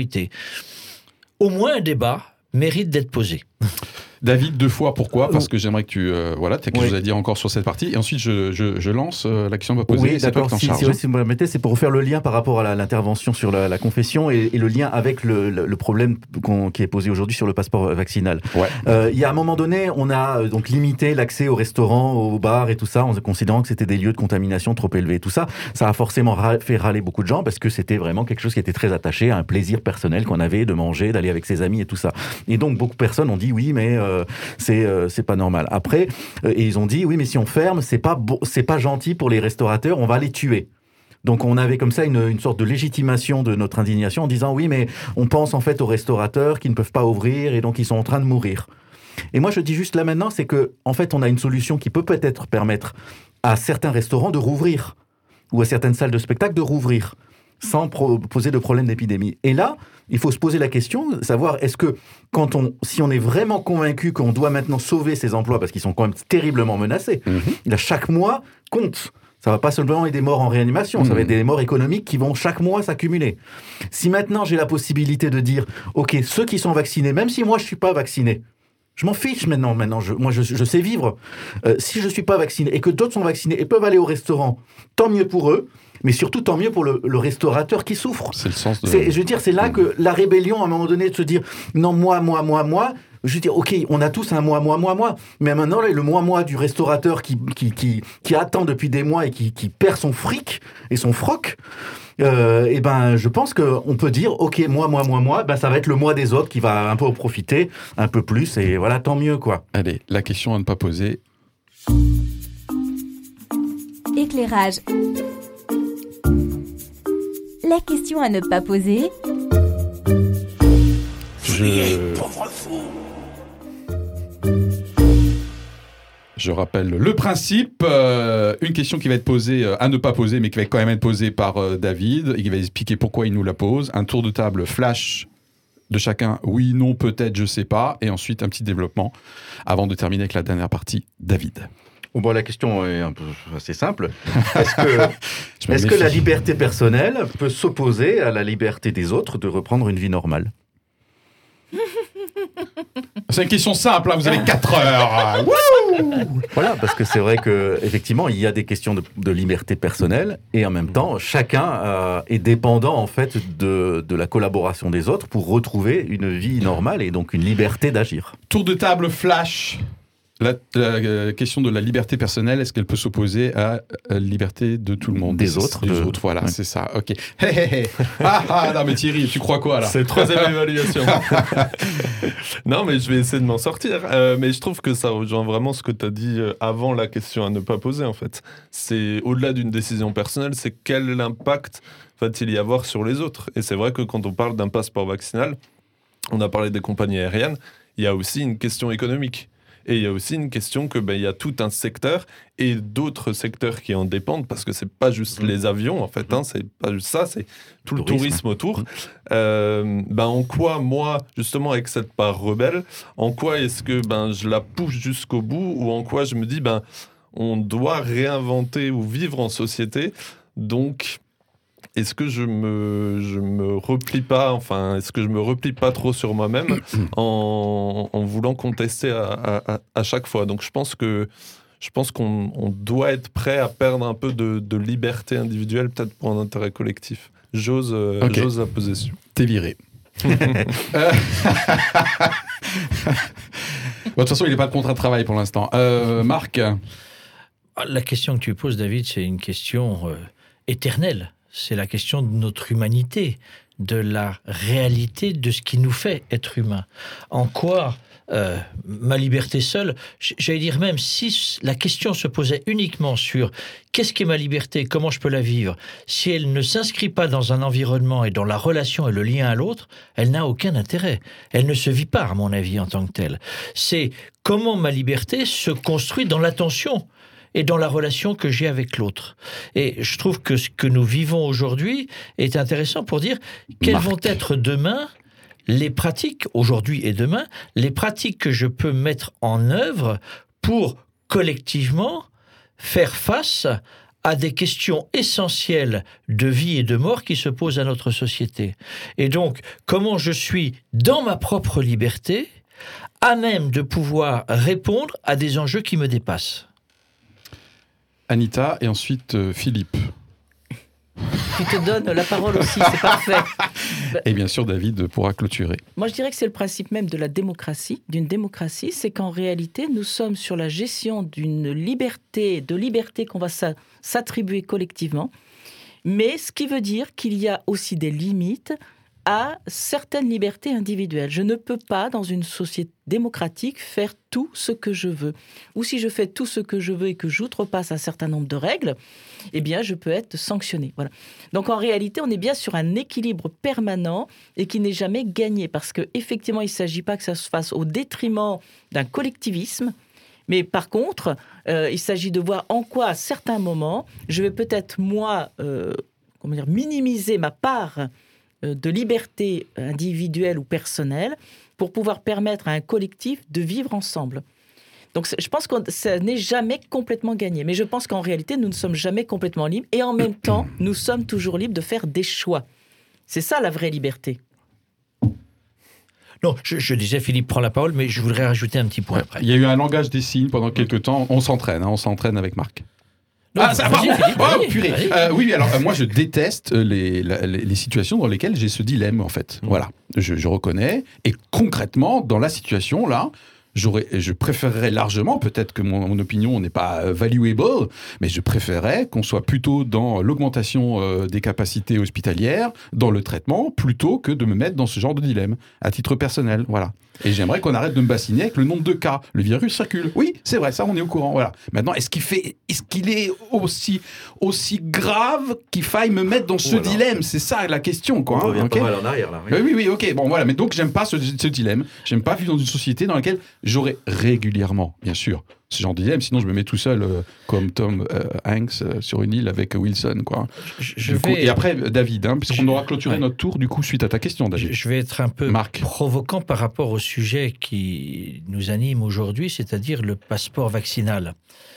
[SPEAKER 6] Au moins un débat mérite d'être posé.
[SPEAKER 2] David, 2 fois, pourquoi ? Parce que j'aimerais que tu as quelque chose à dire encore sur cette partie. Et ensuite, je lance la question à poser.
[SPEAKER 3] Oui, d'accord. Si vous me permettez, c'est pour faire le lien par rapport à l'intervention sur la confession et le lien avec le problème qui est posé aujourd'hui sur le passeport vaccinal. Il y a un moment donné, on a donc limité l'accès aux restaurants, aux bars et tout ça, en considérant que c'était des lieux de contamination trop élevés. Tout ça, ça a forcément fait râler beaucoup de gens parce que c'était vraiment quelque chose qui était très attaché à un plaisir personnel qu'on avait de manger, d'aller avec ses amis et tout ça. Et donc, beaucoup de personnes ont dit oui, mais c'est pas normal. Après, et ils ont dit oui, mais si on ferme, c'est pas gentil pour les restaurateurs, on va les tuer. Donc on avait comme ça une sorte de légitimation de notre indignation en disant oui, mais on pense en fait aux restaurateurs qui ne peuvent pas ouvrir et donc ils sont en train de mourir. Et moi je dis juste là maintenant, c'est que en fait on a une solution qui peut peut-être permettre à certains restaurants de rouvrir ou à certaines salles de spectacle de rouvrir sans poser de problème d'épidémie. Et là, il faut se poser la question, savoir est-ce que si on est vraiment convaincu qu'on doit maintenant sauver ces emplois, parce qu'ils sont quand même terriblement menacés, là, chaque mois compte. Ça va pas seulement être des morts en réanimation, ça va être des morts économiques qui vont chaque mois s'accumuler. Si maintenant j'ai la possibilité de dire, ok, ceux qui sont vaccinés, même si moi je suis pas vacciné, je m'en fiche maintenant je sais vivre. Si je suis pas vacciné et que d'autres sont vaccinés et peuvent aller au restaurant, tant mieux pour eux. Mais surtout, tant mieux pour le restaurateur qui souffre.
[SPEAKER 2] C'est le sens de...
[SPEAKER 3] Je veux dire, c'est là que la rébellion, à un moment donné, de se dire « Non, moi », je veux dire, ok, on a tous un moi. Mais maintenant, le moi du restaurateur qui attend depuis des mois et qui perd son fric et son froc, et ben, je pense qu'on peut dire, ok, moi, ça va être le moi des autres qui va un peu en profiter, un peu plus, et voilà, tant mieux, quoi.
[SPEAKER 2] Allez, la question à ne pas poser.
[SPEAKER 1] Éclairage. La question à ne pas poser.
[SPEAKER 2] Je rappelle le principe. Une question qui va être posée, à ne pas poser, mais qui va quand même être posée par David, et qui va expliquer pourquoi il nous la pose. Un tour de table flash de chacun. Oui, non, peut-être, je sais pas. Et ensuite, un petit développement avant de terminer avec la dernière partie. David.
[SPEAKER 3] Bon, la question est un peu assez simple. Est-ce que la liberté personnelle peut s'opposer à la liberté des autres de reprendre une vie normale ?
[SPEAKER 2] C'est une question simple, hein, vous avez 4 heures.
[SPEAKER 3] Voilà, parce que c'est vrai qu'effectivement, il y a des questions de liberté personnelle et en même temps, chacun est dépendant en fait de la collaboration des autres pour retrouver une vie normale et donc une liberté d'agir.
[SPEAKER 2] Tour de table flash. La question de la liberté personnelle, est-ce qu'elle peut s'opposer à la liberté de tout le monde ?
[SPEAKER 3] Des autres,
[SPEAKER 2] voilà, c'est ça, ok. Non mais Thierry, tu crois quoi là ?
[SPEAKER 5] C'est 3e évaluation. Non mais je vais essayer de m'en sortir. Mais je trouve que ça rejoint vraiment ce que tu as dit avant la question à ne pas poser en fait. C'est au-delà d'une décision personnelle, c'est quel impact va-t-il y avoir sur les autres ? Et c'est vrai que quand on parle d'un passeport vaccinal, on a parlé des compagnies aériennes, il y a aussi une question économique. Et il y a aussi une question que il y a tout un secteur et d'autres secteurs qui en dépendent parce que c'est pas juste les avions en fait, c'est pas juste ça, c'est tout le tourisme autour. En quoi moi justement avec cette part rebelle, en quoi est-ce que je la pousse jusqu'au bout ou en quoi je me dis on doit réinventer ou vivre en société Donc, est-ce que je me replie pas, est-ce que je me replie pas trop sur moi-même en voulant contester à chaque fois? Donc, je pense qu'on doit être prêt à perdre un peu de liberté individuelle, peut-être pour un intérêt collectif. J'ose la position.
[SPEAKER 2] T'es viré. De toute façon, il n'est pas de contrat de travail pour l'instant. Marc?
[SPEAKER 6] La question que tu poses, David, c'est une question éternelle. C'est la question de notre humanité, de la réalité de ce qui nous fait être humain. En quoi ma liberté seule, j'allais dire même si la question se posait uniquement sur qu'est-ce qu'est ma liberté, comment je peux la vivre, si elle ne s'inscrit pas dans un environnement et dans la relation et le lien à l'autre, elle n'a aucun intérêt. Elle ne se vit pas, à mon avis, en tant que telle. C'est comment ma liberté se construit dans l'attention et dans la relation que j'ai avec l'autre. Et je trouve que ce que nous vivons aujourd'hui est intéressant pour dire quelles vont être demain les pratiques, aujourd'hui et demain, les pratiques que je peux mettre en œuvre pour collectivement faire face à des questions essentielles de vie et de mort qui se posent à notre société. Et donc, comment je suis dans ma propre liberté, à même de pouvoir répondre à des enjeux qui me dépassent.
[SPEAKER 2] Anita et ensuite Philippe.
[SPEAKER 4] Tu te donnes la parole aussi, c'est parfait.
[SPEAKER 2] Et bien sûr, David pourra clôturer.
[SPEAKER 4] Moi, je dirais que c'est le principe même de la démocratie, d'une démocratie, c'est qu'en réalité, nous sommes sur la gestion d'une liberté, qu'on va s'attribuer collectivement, mais ce qui veut dire qu'il y a aussi des limites à certaines libertés individuelles. Je ne peux pas, dans une société démocratique, faire tout ce que je veux. Ou si je fais tout ce que je veux et que j'outrepasse un certain nombre de règles, eh bien, je peux être sanctionné. Voilà. Donc, en réalité, on est bien sur un équilibre permanent et qui n'est jamais gagné. Parce qu'effectivement, il ne s'agit pas que ça se fasse au détriment d'un collectivisme. Mais par contre, il s'agit de voir en quoi, à certains moments, je vais peut-être, moi, minimiser ma part de liberté individuelle ou personnelle pour pouvoir permettre à un collectif de vivre ensemble. Donc je pense que ça n'est jamais complètement gagné. Mais je pense qu'en réalité, nous ne sommes jamais complètement libres. Et en même temps, nous sommes toujours libres de faire des choix. C'est ça la vraie liberté.
[SPEAKER 6] Non, je disais, Philippe prend la parole, mais je voudrais rajouter un petit point après.
[SPEAKER 2] Il y a eu un langage des signes pendant quelques temps. On s'entraîne avec Marc.
[SPEAKER 6] Non, ça va,
[SPEAKER 2] purée. Oui, alors moi je déteste les situations dans lesquelles j'ai ce dilemme en fait. Voilà, je reconnais. Et concrètement, dans la situation là, je préférerais largement, peut-être que mon opinion n'est pas valuable, mais je préférerais qu'on soit plutôt dans l'augmentation des capacités hospitalières, dans le traitement, plutôt que de me mettre dans ce genre de dilemme, à titre personnel, voilà. Et j'aimerais qu'on arrête de me bassiner avec le nombre de cas. Le virus circule. Oui, c'est vrai, ça on est au courant, voilà. Maintenant, est-ce qu'il est aussi grave qu'il faille me mettre dans ce dilemme? C'est ça la question, quoi.
[SPEAKER 3] On revient pas mal en arrière, là.
[SPEAKER 2] Oui, ok, bon voilà, mais donc j'aime pas ce dilemme. J'aime pas vivre dans une société dans laquelle j'aurai régulièrement, bien sûr, ce genre de dilemme, sinon je me mets tout seul comme Tom Hanks sur une île avec Wilson, quoi. Et après, David, puisqu'on aura clôturé notre tour, du coup, suite à ta question, David.
[SPEAKER 6] Je vais être un peu provocant par rapport au sujet qui nous anime aujourd'hui, c'est-à-dire le passeport vaccinal.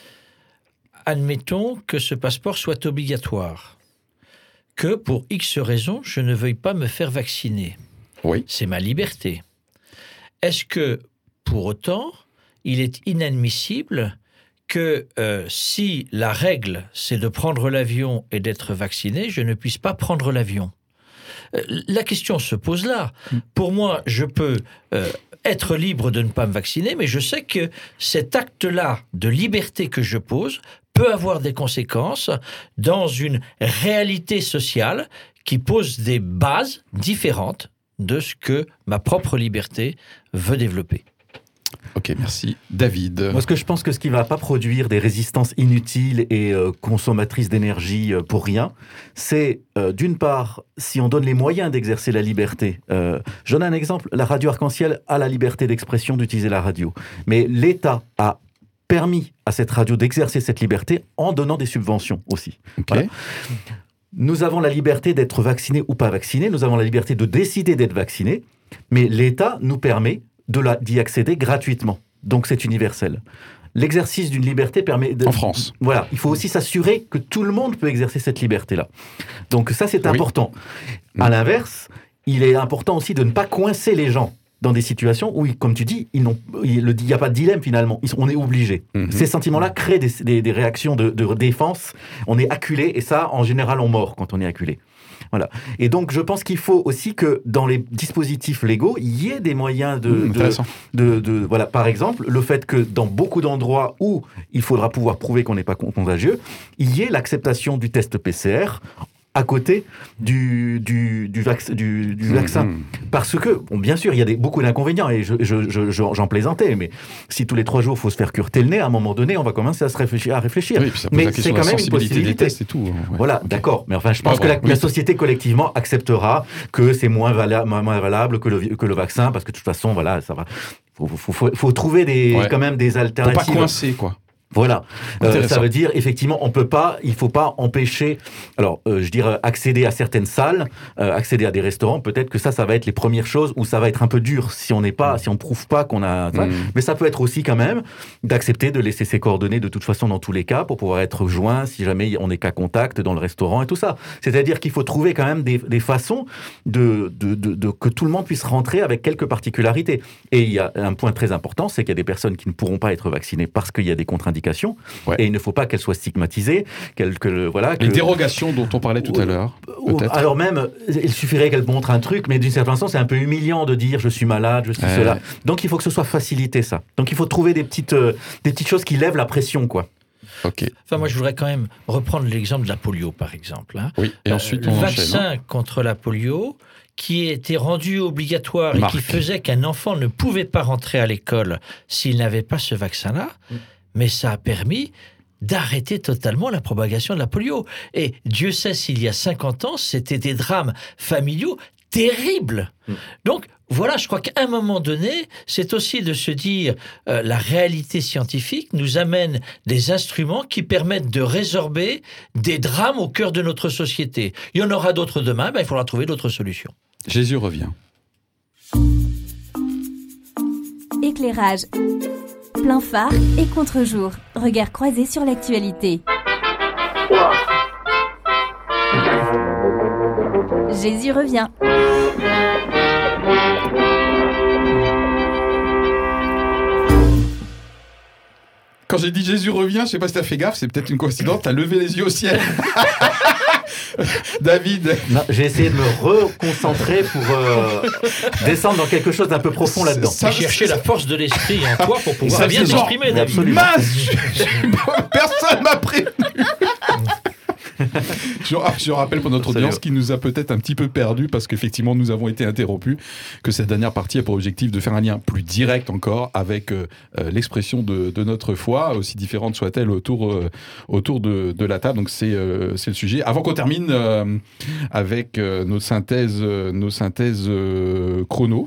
[SPEAKER 6] Admettons que ce passeport soit obligatoire, que pour X raisons, je ne veuille pas me faire vacciner.
[SPEAKER 2] Oui.
[SPEAKER 6] C'est ma liberté. Est-ce que, pour autant, il est inadmissible que si la règle, c'est de prendre l'avion et d'être vacciné, je ne puisse pas prendre l'avion? La question se pose là. Pour moi, je peux être libre de ne pas me vacciner, mais je sais que cet acte-là de liberté que je pose peut avoir des conséquences dans une réalité sociale qui pose des bases différentes de ce que ma propre liberté veut développer.
[SPEAKER 2] Ok, merci. David.
[SPEAKER 3] Moi, je pense que ce qui ne va pas produire des résistances inutiles et consommatrices d'énergie pour rien, c'est d'une part, si on donne les moyens d'exercer la liberté. Je donne un exemple, la radio Arc-en-Ciel a la liberté d'expression d'utiliser la radio. Mais l'État a permis à cette radio d'exercer cette liberté en donnant des subventions aussi.
[SPEAKER 2] Okay.
[SPEAKER 3] Voilà. Nous avons la liberté d'être vaccinés ou pas vaccinés, nous avons la liberté de décider d'être vaccinés, mais l'État nous permet d'y accéder gratuitement. Donc c'est universel. l'exercice d'une liberté permet...
[SPEAKER 2] En France.
[SPEAKER 3] Voilà, il faut aussi s'assurer que tout le monde peut exercer cette liberté-là. Donc ça, c'est important. À l'inverse, il est important aussi de ne pas coincer les gens dans des situations où, comme tu dis, il n'y a pas de dilemme finalement. On est obligé. Ces sentiments-là créent des réactions de défense. On est acculé et ça, en général, on mord quand on est acculé. Voilà. Et donc, je pense qu'il faut aussi que dans les dispositifs légaux, il y ait des moyens voilà. Par exemple, le fait que dans beaucoup d'endroits où il faudra pouvoir prouver qu'on n'est pas contagieux, il y ait l'acceptation du test PCR à côté du vaccin. Parce que, bon, bien sûr, il y a beaucoup d'inconvénients, et j'en plaisantais, mais si tous les 3 jours, il faut se faire cureter le nez, à un moment donné, on va commencer à réfléchir.
[SPEAKER 2] Oui, puis ça pose
[SPEAKER 3] mais
[SPEAKER 2] la question
[SPEAKER 3] c'est quand
[SPEAKER 2] de la
[SPEAKER 3] même une
[SPEAKER 2] sensibilité
[SPEAKER 3] possibilité.
[SPEAKER 2] des tests et tout.
[SPEAKER 3] Voilà, d'accord. Mais enfin, je pense que la société, collectivement, acceptera que c'est moins valable que le vaccin, parce que de toute façon, voilà, ça va. Faut trouver quand même des alternatives.
[SPEAKER 2] Faut pas coincer, quoi.
[SPEAKER 3] Voilà, ça veut dire effectivement il faut pas empêcher. Alors, je dirais accéder à certaines salles, accéder à des restaurants. Peut-être que ça va être les premières choses où ça va être un peu dur si on prouve pas qu'on a ça. Mais ça peut être aussi quand même d'accepter de laisser ses coordonnées de toute façon dans tous les cas pour pouvoir être joint si jamais on est cas contact dans le restaurant et tout ça. C'est-à-dire qu'il faut trouver quand même des façons de que tout le monde puisse rentrer avec quelques particularités. Et il y a un point très important, c'est qu'il y a des personnes qui ne pourront pas être vaccinées parce qu'il y a des contre-indications. Et il ne faut pas qu'elles soient stigmatisées. Les
[SPEAKER 2] dérogations dont on parlait tout à l'heure, peut-être.
[SPEAKER 3] Alors même, il suffirait qu'elles montrent un truc, mais d'une certaine façon, c'est un peu humiliant de dire « je suis malade, je suis cela ». Donc il faut que ce soit facilité, ça. Donc il faut trouver des petites choses qui lèvent la pression, quoi.
[SPEAKER 2] Ok.
[SPEAKER 6] Enfin, moi, je voudrais quand même reprendre l'exemple de la polio, par exemple.
[SPEAKER 2] Oui, et ensuite,
[SPEAKER 6] le vaccin contre la polio, qui était rendu obligatoire et qui faisait qu'un enfant ne pouvait pas rentrer à l'école s'il n'avait pas ce vaccin-là, mais ça a permis d'arrêter totalement la propagation de la polio. Et Dieu sait s'il y a 50 ans, c'était des drames familiaux terribles. Donc, voilà, je crois qu'à un moment donné, c'est aussi de se dire la réalité scientifique nous amène des instruments qui permettent de résorber des drames au cœur de notre société. Il y en aura d'autres demain, il faudra trouver d'autres solutions.
[SPEAKER 2] Jésus revient.
[SPEAKER 1] Éclairage. Plein phare et contre-jour. Regard croisé sur l'actualité. Jésus revient.
[SPEAKER 2] Quand j'ai dit Jésus revient, je sais pas si t'as fait gaffe, c'est peut-être une coïncidence, t'as levé les yeux au ciel. David.
[SPEAKER 3] Non, j'ai essayé de me reconcentrer pour descendre dans quelque chose d'un peu profond là-dedans.
[SPEAKER 6] Et chercher la force de l'esprit en toi pour pouvoir bien t'exprimer, David.
[SPEAKER 2] Personne m'a prévenu. Je rappelle pour notre audience qui nous a peut-être un petit peu perdu parce qu'effectivement nous avons été interrompus, que cette dernière partie a pour objectif de faire un lien plus direct encore avec l'expression de notre foi, aussi différente soit-elle autour de la table. Donc c'est le sujet. Avant qu'on termine avec nos synthèses chrono,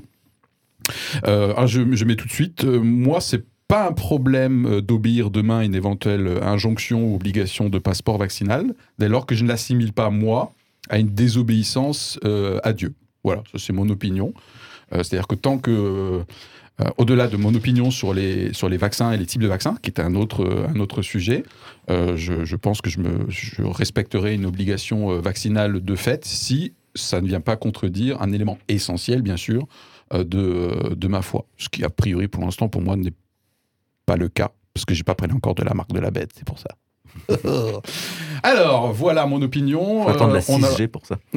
[SPEAKER 2] je mets tout de suite, moi c'est pas un problème d'obéir demain à une éventuelle injonction ou obligation de passeport vaccinal, dès lors que je ne l'assimile pas, moi, à une désobéissance à Dieu. Voilà, ça c'est mon opinion. C'est-à-dire que tant que, au-delà de mon opinion sur les vaccins et les types de vaccins, qui est un autre sujet, je pense que je respecterai une obligation vaccinale de fait si ça ne vient pas contredire un élément essentiel, bien sûr, de ma foi. Ce qui, a priori, pour l'instant, pour moi, n'est pas le cas, parce que j'ai pas pris encore de la marque de la bête, c'est pour ça. Alors, voilà mon opinion.
[SPEAKER 3] Faut attendre la 6G pour ça.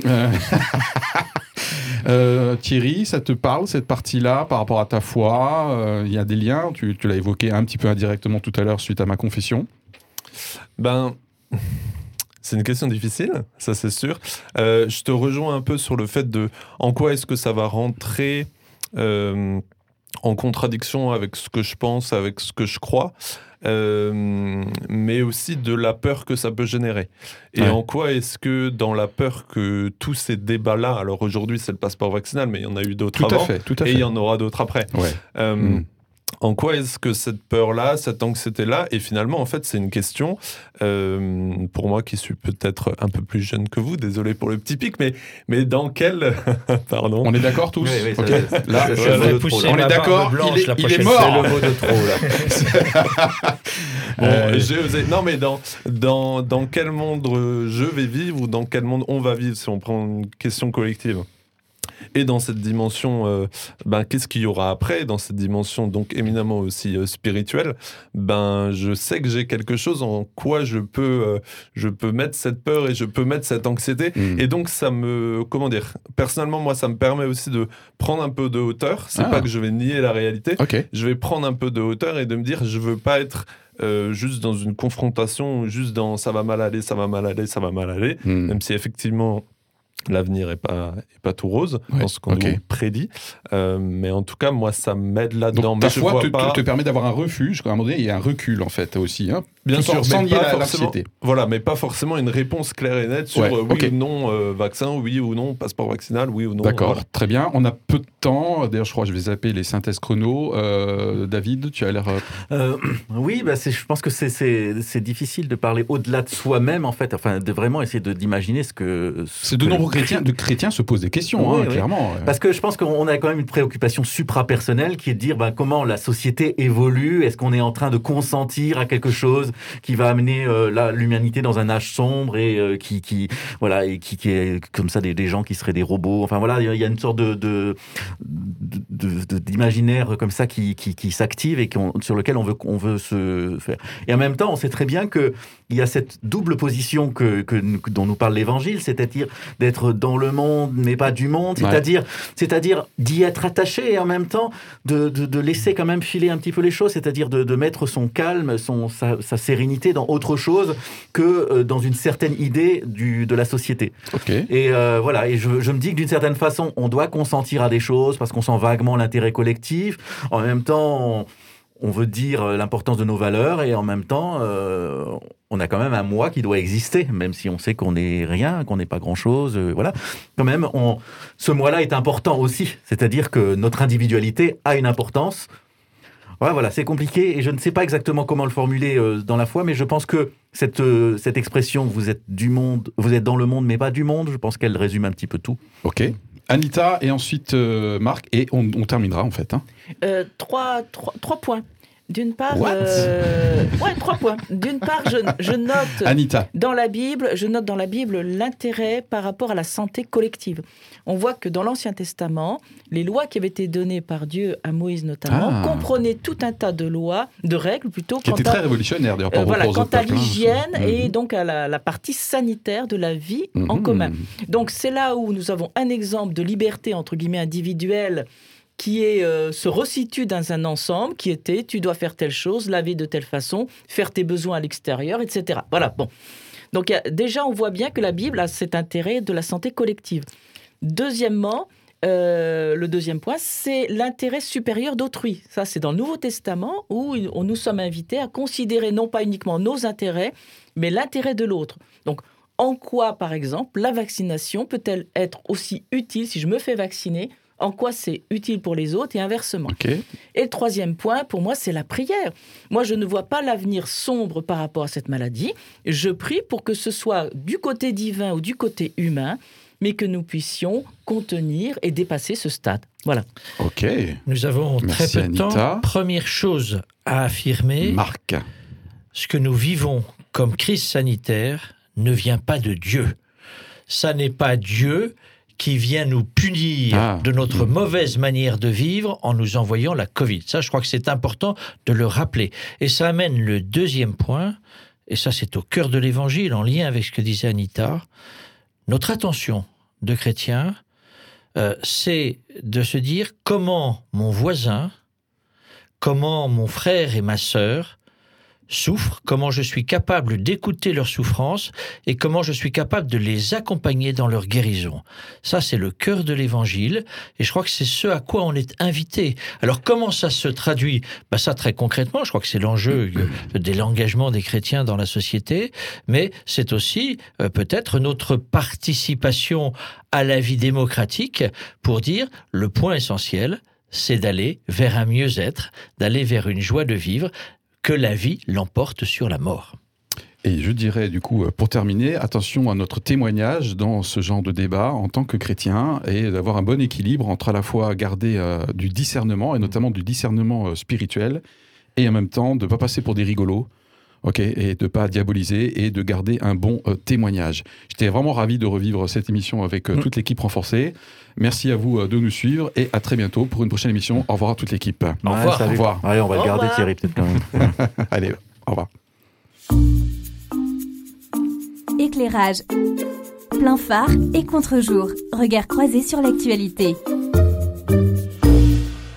[SPEAKER 2] Thierry, ça te parle, cette partie-là, par rapport à ta foi? Il y a des liens, tu l'as évoqué un petit peu indirectement tout à l'heure suite à ma confession.
[SPEAKER 5] C'est une question difficile, ça c'est sûr. Je te rejoins un peu sur le fait de en quoi est-ce que ça va rentrer en contradiction avec ce que je pense, avec ce que je crois, mais aussi de la peur que ça peut générer. Et en quoi est-ce que dans la peur que tous ces débats-là, alors aujourd'hui c'est le passeport vaccinal, mais il y en a eu d'autres avant,
[SPEAKER 2] tout à fait.
[SPEAKER 5] Et il y en aura d'autres après. En quoi est-ce que cette peur-là, cette anxiété-là, et finalement, en fait, c'est une question, pour moi qui suis peut-être un peu plus jeune que vous, désolé pour le petit pic, mais dans quel... Pardon.
[SPEAKER 2] On est d'accord tous?
[SPEAKER 3] Oui,
[SPEAKER 2] Ok.
[SPEAKER 3] Là,
[SPEAKER 2] on est d'accord, il est mort.
[SPEAKER 3] C'est le mot de trop, là.
[SPEAKER 5] J'ai osé. Non, mais dans quel monde je vais vivre ou dans quel monde on va vivre, si on prend une question collective. Et dans cette dimension, qu'est-ce qu'il y aura après? Dans cette dimension donc éminemment aussi spirituelle, je sais que j'ai quelque chose en quoi je peux mettre cette peur et je peux mettre cette anxiété. Et donc ça me, personnellement moi ça me permet aussi de prendre un peu de hauteur. C'est pas que je vais nier la réalité.
[SPEAKER 2] Okay.
[SPEAKER 5] Je vais prendre un peu de hauteur et de me dire je veux pas être juste dans une confrontation, juste dans ça va mal aller, ça va mal aller, ça va mal aller, même si effectivement l'avenir est pas tout rose dans ce qu'on nous prédit, mais en tout cas moi ça m'aide là-dedans.
[SPEAKER 2] Donc ta foi te permet d'avoir un refuge, à un moment donné il y a un recul en fait aussi, hein,
[SPEAKER 5] bien sûr,
[SPEAKER 2] sans nier
[SPEAKER 5] l'anxiété. Voilà, mais pas forcément une réponse claire et nette sur oui ou non vaccin, oui ou non passeport vaccinal, oui ou non.
[SPEAKER 2] D'accord, très bien. On a peu de temps. D'ailleurs, je crois que je vais zapper les synthèses chrono. David, tu as l'air.
[SPEAKER 3] Oui, je pense que c'est difficile de parler au-delà de soi-même en fait. Enfin, de vraiment essayer d'imaginer ce que.
[SPEAKER 2] C'est de nombreux chrétiens se posent des questions, clairement.
[SPEAKER 3] Parce que je pense qu'on a quand même une préoccupation supra-personnelle qui est de dire comment la société évolue. Est-ce qu'on est en train de consentir à quelque chose qui va amener l'humanité dans un âge sombre et qui est comme ça des gens qui seraient des robots. Enfin voilà, il y a une sorte d'imaginaire comme ça qui s'active et sur lequel on veut se faire. Et en même temps, on sait très bien que il y a cette double position dont nous parle l'Évangile, c'est-à-dire d'être dans le monde mais pas du monde, c'est-à-dire d'y être attaché et en même temps de laisser quand même filer un petit peu les choses, c'est-à-dire de mettre son calme, sa sérénité dans autre chose que dans une certaine idée de la société.
[SPEAKER 2] Okay.
[SPEAKER 3] Et voilà, et je me dis que d'une certaine façon, on doit consentir à des choses parce qu'on sent vaguement l'intérêt collectif. En même temps, on veut dire l'importance de nos valeurs et en même temps, on a quand même un moi qui doit exister, même si on sait qu'on n'est rien, qu'on n'est pas grand-chose. Voilà. Quand même, ce moi-là est important aussi. C'est-à-dire que notre individualité a une importance. Voilà, c'est compliqué et je ne sais pas exactement comment le formuler dans la foi, mais je pense que cette expression, vous êtes dans le monde mais pas du monde, je pense qu'elle résume un petit peu tout.
[SPEAKER 2] Ok. Anita et ensuite Marc et on terminera en fait.
[SPEAKER 4] Trois points. D'une part, 3 points. D'une part, je note
[SPEAKER 2] Anita.
[SPEAKER 4] Dans la Bible l'intérêt par rapport à la santé collective. On voit que dans l'Ancien Testament, les lois qui avaient été données par Dieu à Moïse notamment comprenaient tout un tas de lois, de règles plutôt.
[SPEAKER 2] Qui étaient très révolutionnaires d'ailleurs par rapport aux autres
[SPEAKER 4] peuples. Quant à l'hygiène et donc à la partie sanitaire de la vie en commun. Donc c'est là où nous avons un exemple de liberté entre guillemets individuelle qui se resitue dans un ensemble qui était tu dois faire telle chose, laver de telle façon, faire tes besoins à l'extérieur, etc. Voilà, bon. Donc déjà, on voit bien que la Bible a cet intérêt de la santé collective. Deuxièmement, le deuxième point, c'est l'intérêt supérieur d'autrui. Ça, c'est dans le Nouveau Testament où nous sommes invités à considérer non pas uniquement nos intérêts, mais l'intérêt de l'autre. Donc, en quoi, par exemple, la vaccination peut-elle être aussi utile si je me fais vacciner ? En quoi c'est utile pour les autres et inversement.
[SPEAKER 2] Okay.
[SPEAKER 4] Et le troisième point, pour moi, c'est la prière. Moi, je ne vois pas l'avenir sombre par rapport à cette maladie. Je prie pour que ce soit du côté divin ou du côté humain, mais que nous puissions contenir et dépasser ce stade. Voilà.
[SPEAKER 2] Ok.
[SPEAKER 6] Nous avons très peu de temps. Première chose à affirmer.
[SPEAKER 2] Marc.
[SPEAKER 6] Ce que nous vivons comme crise sanitaire ne vient pas de Dieu. Ça n'est pas Dieu qui vient nous punir de notre mauvaise manière de vivre en nous envoyant la Covid. Ça, je crois que c'est important de le rappeler. Et ça amène le deuxième point, et ça c'est au cœur de l'Évangile, en lien avec ce que disait Anita. Notre attention de chrétiens, c'est de se dire comment mon voisin, comment mon frère et ma sœur souffrent, comment je suis capable d'écouter leurs souffrances et comment je suis capable de les accompagner dans leur guérison. Ça, c'est le cœur de l'Évangile et je crois que c'est ce à quoi on est invité. Alors, comment ça se traduit ? Ça, très concrètement, je crois que c'est l'enjeu de l'engagement des chrétiens dans la société, mais c'est aussi peut-être notre participation à la vie démocratique pour dire le point essentiel, c'est d'aller vers un mieux-être, d'aller vers une joie de vivre, que la vie l'emporte sur la mort.
[SPEAKER 2] Et je dirais du coup, pour terminer, attention à notre témoignage dans ce genre de débat en tant que chrétien et d'avoir un bon équilibre entre à la fois garder du discernement et notamment du discernement spirituel et en même temps de ne pas passer pour des rigolos. Et de ne pas diaboliser et de garder un bon témoignage. J'étais vraiment ravi de revivre cette émission avec toute l'équipe renforcée. Merci à vous de nous suivre et à très bientôt pour une prochaine émission. Au revoir à toute l'équipe.
[SPEAKER 3] Au revoir. Au revoir. Allez, on va le garder Thierry peut-être quand même.
[SPEAKER 2] Allez, au revoir.
[SPEAKER 1] Éclairage, plein phare et contre-jour. Regard croisé sur l'actualité.